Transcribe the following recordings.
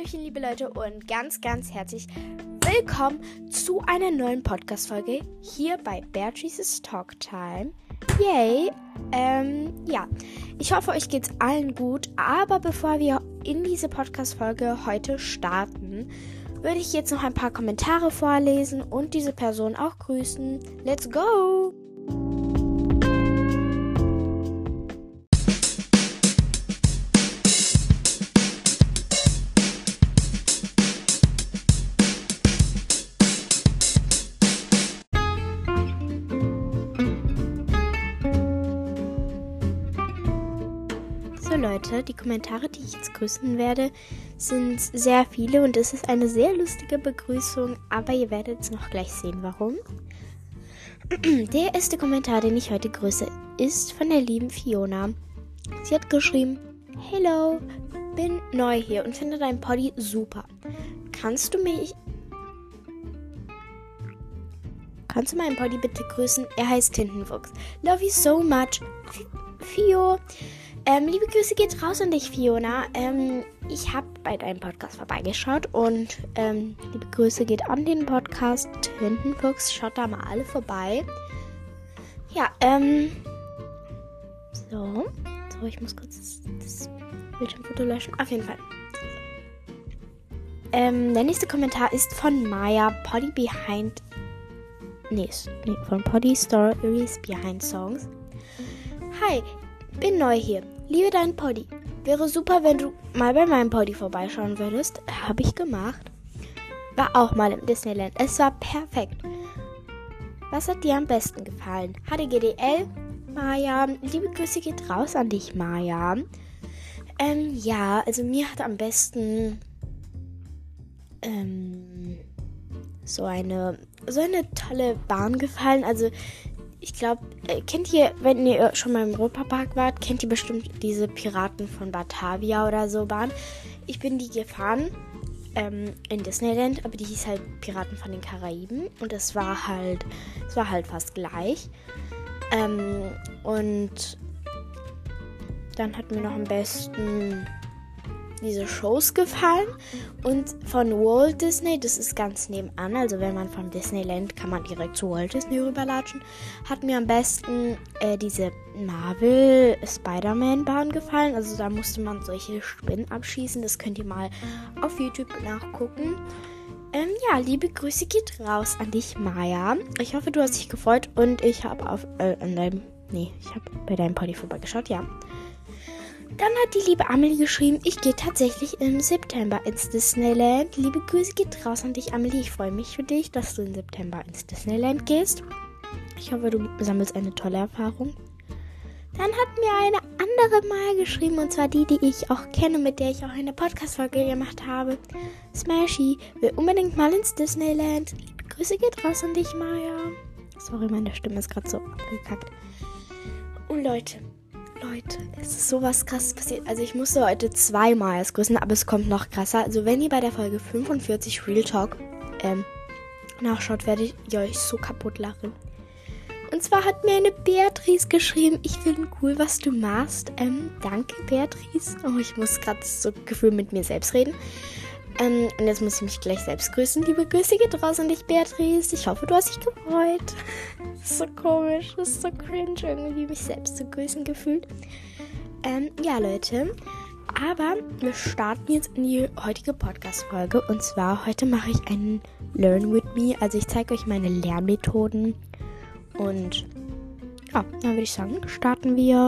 Hallöchen, liebe Leute, und ganz, ganz herzlich willkommen zu einer neuen Podcast-Folge hier bei Beatrice's Talk Time. Yay! Ja, ich hoffe, euch geht's allen gut, aber bevor wir in diese Podcast-Folge heute starten, würde ich jetzt noch ein paar Kommentare vorlesen und diese Person auch grüßen. Let's go! So Leute, die Kommentare, die ich jetzt grüßen werde, sind sehr viele und es ist eine sehr lustige Begrüßung, aber ihr werdet es noch gleich sehen, warum. Der erste Kommentar, den ich heute grüße, ist von der lieben Fiona. Sie hat geschrieben: Hello, bin neu hier und finde dein Poddy super. Kannst du meinen Poddy bitte grüßen? Er heißt Tintenfuchs. Love you so much. Fio. Liebe Grüße geht raus an dich, Fiona. Ich habe bei deinem Podcast vorbeigeschaut und liebe Grüße geht an den Podcast Tintenfuchs. Schaut da mal alle vorbei. Ja, so, ich muss kurz das Bildschirmfoto löschen. Auf jeden Fall. Der nächste Kommentar ist von Maya, von Poddy Stories Behind Songs. Hi, bin neu hier. Liebe deinen Poddy. Wäre super, wenn du mal bei meinem Poddy vorbeischauen würdest. Habe ich gemacht. War auch mal im Disneyland. Es war perfekt. Was hat dir am besten gefallen? HDGDL? Maja. Liebe Grüße geht raus an dich, Maja. Ja, also mir hat am besten so eine tolle Bahn gefallen. Also ich glaube, kennt ihr, wenn ihr schon mal im Europapark wart, kennt ihr bestimmt diese Piraten von Batavia oder so Bahn. Ich bin die gefahren in Disneyland, aber die hieß halt Piraten von den Karaiben und es war halt fast gleich. Und dann hat mir noch am besten diese Shows gefallen und von Walt Disney, das ist ganz nebenan, also wenn man vom Disneyland kann man direkt zu Walt Disney rüberlatschen, hat mir am besten diese Marvel Spider-Man-Bahn gefallen, also da musste man solche Spinnen abschießen, das könnt ihr mal auf YouTube nachgucken. Ja, liebe Grüße geht raus an dich, Maya. Ich hoffe, du hast dich gefreut und ich habe bei deinem Poddy vorbeigeschaut, ja. Dann hat die liebe Amelie geschrieben, ich gehe tatsächlich im September ins Disneyland. Liebe Grüße geht raus an dich, Amelie. Ich freue mich für dich, dass du im September ins Disneyland gehst. Ich hoffe, du sammelst eine tolle Erfahrung. Dann hat mir eine andere mal geschrieben, und zwar die ich auch kenne, mit der ich auch eine Podcast-Folge gemacht habe. Smashy will unbedingt mal ins Disneyland. Liebe Grüße geht raus an dich, Maya. Sorry, meine Stimme ist gerade so abgekackt. Und Leute, es ist sowas krasses passiert. Also ich musste heute zweimal es grüßen, aber es kommt noch krasser. Also wenn ihr bei der Folge 45 Real Talk nachschaut, werdet ihr euch so kaputt lachen. Und zwar hat mir eine Beatrice geschrieben, ich finde cool, was du machst. Danke, Beatrice. Oh, ich muss gerade so gefühlt mit mir selbst reden. Und jetzt muss ich mich gleich selbst grüßen. Liebe Grüße geht raus an dich, Beatrice. Ich hoffe, du hast dich gefreut. Das ist so komisch, das ist so cringe, irgendwie mich selbst zu grüßen gefühlt. Ja, Leute. Aber wir starten jetzt in die heutige Podcast-Folge. Und zwar, heute mache ich einen Learn With Me. Also ich zeige euch meine Lernmethoden. Und ja, dann würde ich sagen, starten wir.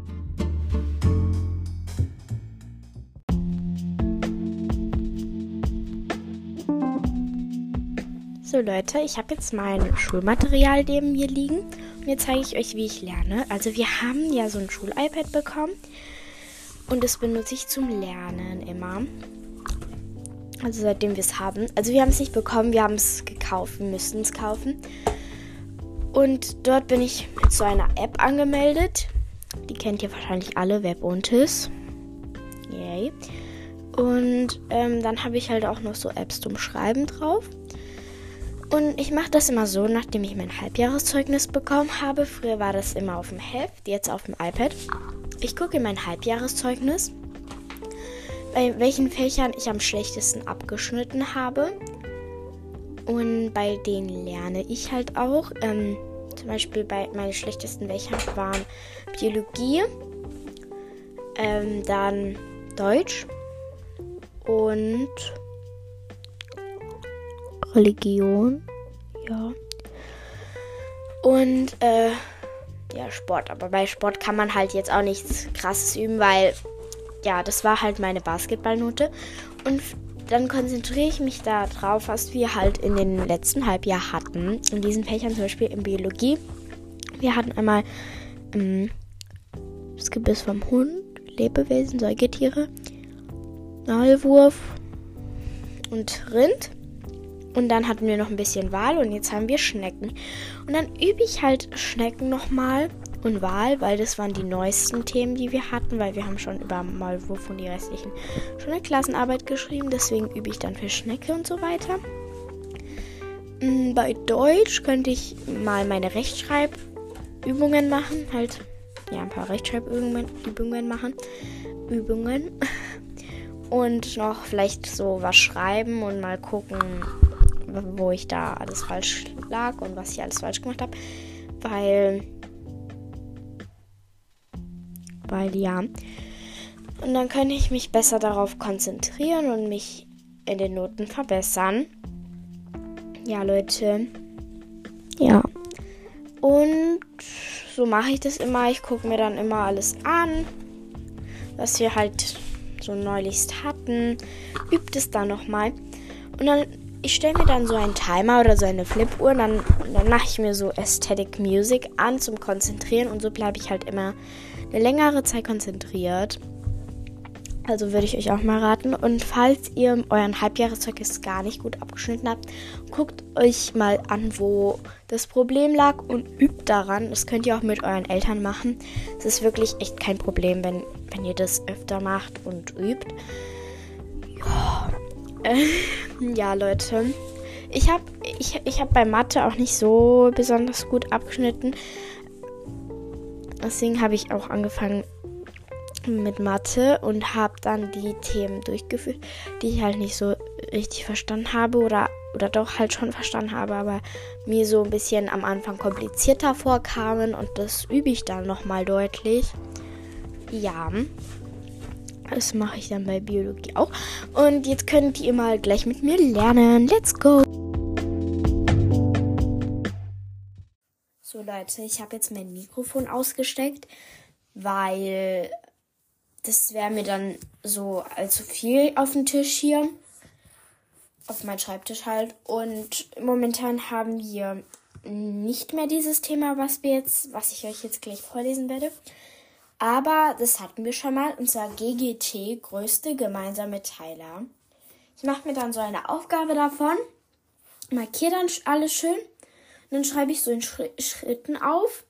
So Leute, ich habe jetzt mein Schulmaterial neben mir liegen und jetzt zeige ich euch, wie ich lerne. Also wir haben ja so ein Schul-iPad bekommen und das benutze ich zum Lernen immer. Also seitdem wir es haben. Also wir haben es nicht bekommen, wir haben es gekauft, wir müssten es kaufen. Und dort bin ich mit so einer App angemeldet. Die kennt ihr wahrscheinlich alle, Webuntis. Yay. Und dann habe ich halt auch noch so Apps zum Schreiben drauf. Und ich mache das immer so, nachdem ich mein Halbjahreszeugnis bekommen habe. Früher war das immer auf dem Heft, jetzt auf dem iPad. Ich gucke in mein Halbjahreszeugnis. bei welchen Fächern ich am schlechtesten abgeschnitten habe. Und bei denen lerne ich halt auch. Zum Beispiel meine schlechtesten Fächer waren Biologie, dann Deutsch und Religion. Ja. Und Sport. Aber bei Sport kann man halt jetzt auch nichts Krasses üben, weil ja, das war halt meine Basketballnote. Und dann konzentriere ich mich da drauf, was wir halt in den letzten Halbjahr hatten. In diesen Fächern, zum Beispiel in Biologie. Wir hatten einmal das Gebiss vom Hund, Lebewesen, Säugetiere, Maulwurf und Rind. Und dann hatten wir noch ein bisschen Wal und jetzt haben wir Schnecken. Und dann übe ich halt Schnecken nochmal und Wal, weil das waren die neuesten Themen, die wir hatten, weil wir haben schon über Maulwurf und die restlichen schon eine Klassenarbeit geschrieben. Deswegen übe ich dann für Schnecke und so weiter. Bei Deutsch könnte ich mal meine Rechtschreibübungen machen. Halt, ja, ein paar Rechtschreibübungen machen. Und noch vielleicht so was schreiben und mal gucken, wo ich da alles falsch lag und was ich alles falsch gemacht habe. Weil ja. Und dann könnte ich mich besser darauf konzentrieren und mich in den Noten verbessern. Ja, Leute. Ja. Und so mache ich das immer. Ich gucke mir dann immer alles an, was wir halt so neulichst hatten. Übt es dann nochmal. Und dann, ich stelle mir dann so einen Timer oder so eine Flipuhr. Dann mache ich mir so Aesthetic Music an zum Konzentrieren. Und so bleibe ich halt immer eine längere Zeit konzentriert. Also würde ich euch auch mal raten. Und falls ihr euren Halbjahreszeugnis gar nicht gut abgeschnitten habt, guckt euch mal an, wo das Problem lag und übt daran. Das könnt ihr auch mit euren Eltern machen. Es ist wirklich echt kein Problem, wenn ihr das öfter macht und übt. Ja, Leute. Ich hab bei Mathe auch nicht so besonders gut abgeschnitten. Deswegen habe ich auch angefangen mit Mathe und habe dann die Themen durchgeführt, die ich halt nicht so richtig verstanden habe oder doch halt schon verstanden habe, aber mir so ein bisschen am Anfang komplizierter vorkamen und das übe ich dann nochmal deutlich. Ja, das mache ich dann bei Biologie auch. Und jetzt könnt ihr mal gleich mit mir lernen. Let's go! So Leute, ich habe jetzt mein Mikrofon ausgesteckt, weil das wäre mir dann so allzu viel auf dem Tisch hier. Auf meinem Schreibtisch halt. Und momentan haben wir nicht mehr dieses Thema, was ich euch jetzt gleich vorlesen werde. Aber das hatten wir schon mal. Und zwar GGT, größte gemeinsame Teiler. Ich mache mir dann so eine Aufgabe davon. Markiere dann alles schön. Und dann schreibe ich so in Schritten auf.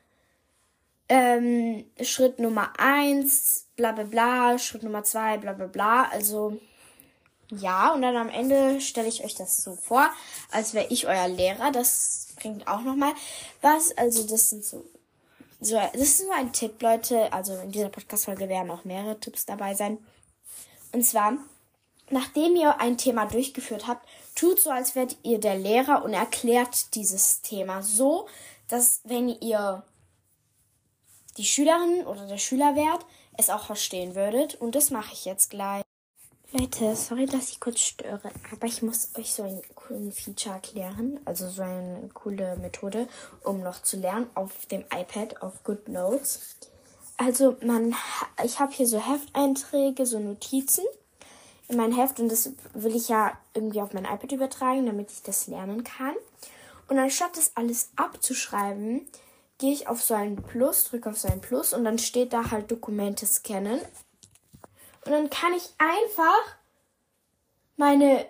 Schritt Nummer 1, bla bla bla, Schritt Nummer 2, bla bla bla. Also, ja, und dann am Ende stelle ich euch das so vor, als wäre ich euer Lehrer. Das bringt auch nochmal was. Also, das ist so ein Tipp, Leute. Also, in dieser Podcast-Folge werden auch mehrere Tipps dabei sein. Und zwar, nachdem ihr ein Thema durchgeführt habt, tut so, als wärt ihr der Lehrer und erklärt dieses Thema so, dass, wenn ihr die Schülerin oder der Schüler wärt, es auch verstehen würdet. Und das mache ich jetzt gleich. Leute, sorry, dass ich kurz störe, aber ich muss euch so einen coolen Feature erklären. Also so eine coole Methode, um noch zu lernen auf dem iPad, auf GoodNotes. Also ich habe hier so Hefteinträge, so Notizen in mein Heft. Und das will ich ja irgendwie auf mein iPad übertragen, damit ich das lernen kann. Und anstatt das alles abzuschreiben, gehe ich auf so ein Plus, drücke auf so ein Plus und dann steht da halt Dokumente scannen. Und dann kann ich einfach meine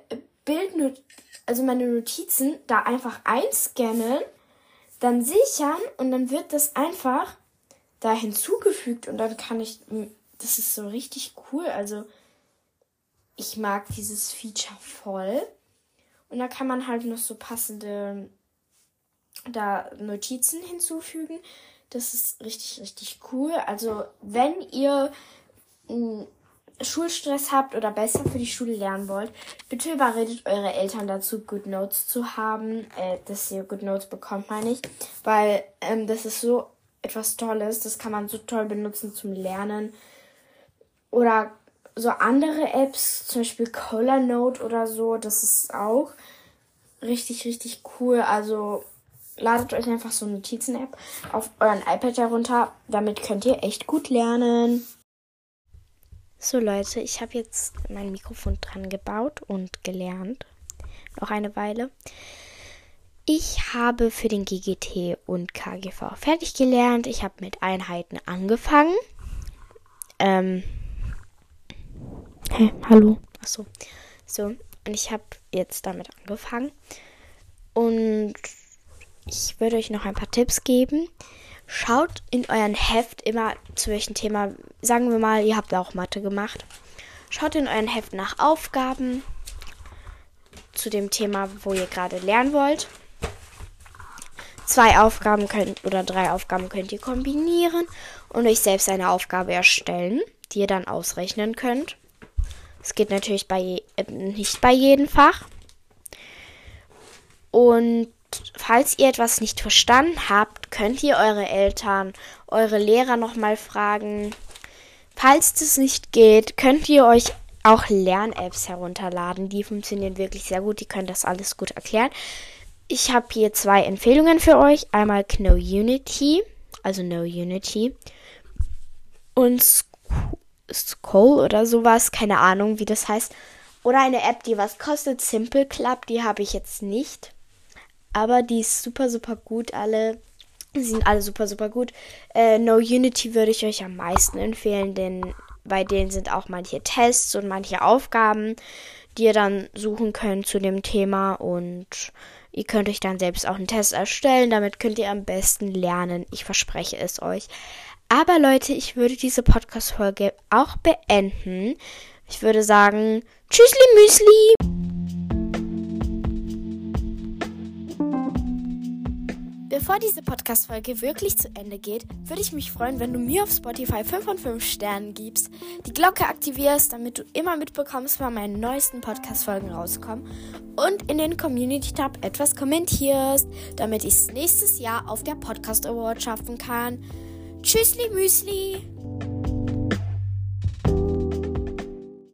Notizen da einfach einscannen, dann sichern und dann wird das einfach da hinzugefügt und dann kann ich, das ist so richtig cool, also ich mag dieses Feature voll. Und da kann man halt noch so passende Notizen hinzufügen. Das ist richtig, richtig cool. Also wenn ihr Schulstress habt oder besser für die Schule lernen wollt, bitte überredet eure Eltern dazu, Good Notes zu haben, dass ihr Good Notes bekommt, meine ich, weil das ist so etwas Tolles, das kann man so toll benutzen zum Lernen. Oder so andere Apps, zum Beispiel Colornote oder so, das ist auch richtig, richtig cool. Also ladet euch einfach so eine Notizen-App auf euren iPad herunter, damit könnt ihr echt gut lernen. So Leute, ich habe jetzt mein Mikrofon dran gebaut und gelernt. Noch eine Weile. Ich habe für den GGT und KGV fertig gelernt. Ich habe mit Einheiten angefangen. Hallo. Achso. So, und ich habe jetzt damit angefangen. Und ich würde euch noch ein paar Tipps geben. Schaut in euren Heft immer zu welchem Thema, sagen wir mal, ihr habt auch Mathe gemacht. Schaut in euren Heft nach Aufgaben zu dem Thema, wo ihr gerade lernen wollt. 3 Aufgaben könnt ihr kombinieren und euch selbst eine Aufgabe erstellen, die ihr dann ausrechnen könnt. Das geht natürlich nicht bei jedem Fach. Und falls ihr etwas nicht verstanden habt, könnt ihr eure Eltern, eure Lehrer nochmal fragen. Falls das nicht geht, könnt ihr euch auch Lern-Apps herunterladen. Die funktionieren wirklich sehr gut. Die können das alles gut erklären. Ich habe hier 2 Empfehlungen für euch. Einmal Knowunity, also Knowunity. Und Skoll oder sowas. Keine Ahnung, wie das heißt. Oder eine App, die was kostet. Simple Club, die habe ich jetzt nicht. Aber die ist super, super gut. Die sind alle super, super gut. Knowunity würde ich euch am meisten empfehlen, denn bei denen sind auch manche Tests und manche Aufgaben, die ihr dann suchen könnt zu dem Thema. Und ihr könnt euch dann selbst auch einen Test erstellen. Damit könnt ihr am besten lernen. Ich verspreche es euch. Aber Leute, ich würde diese Podcast-Folge auch beenden. Ich würde sagen, Tschüssli Müsli! Bevor diese Podcast-Folge wirklich zu Ende geht, würde ich mich freuen, wenn du mir auf Spotify 5 von 5 Sternen gibst, die Glocke aktivierst, damit du immer mitbekommst, wann meine neuesten Podcast-Folgen rauskommen und in den Community-Tab etwas kommentierst, damit ich es nächstes Jahr auf der Podcast Award schaffen kann. Tschüssli Müsli!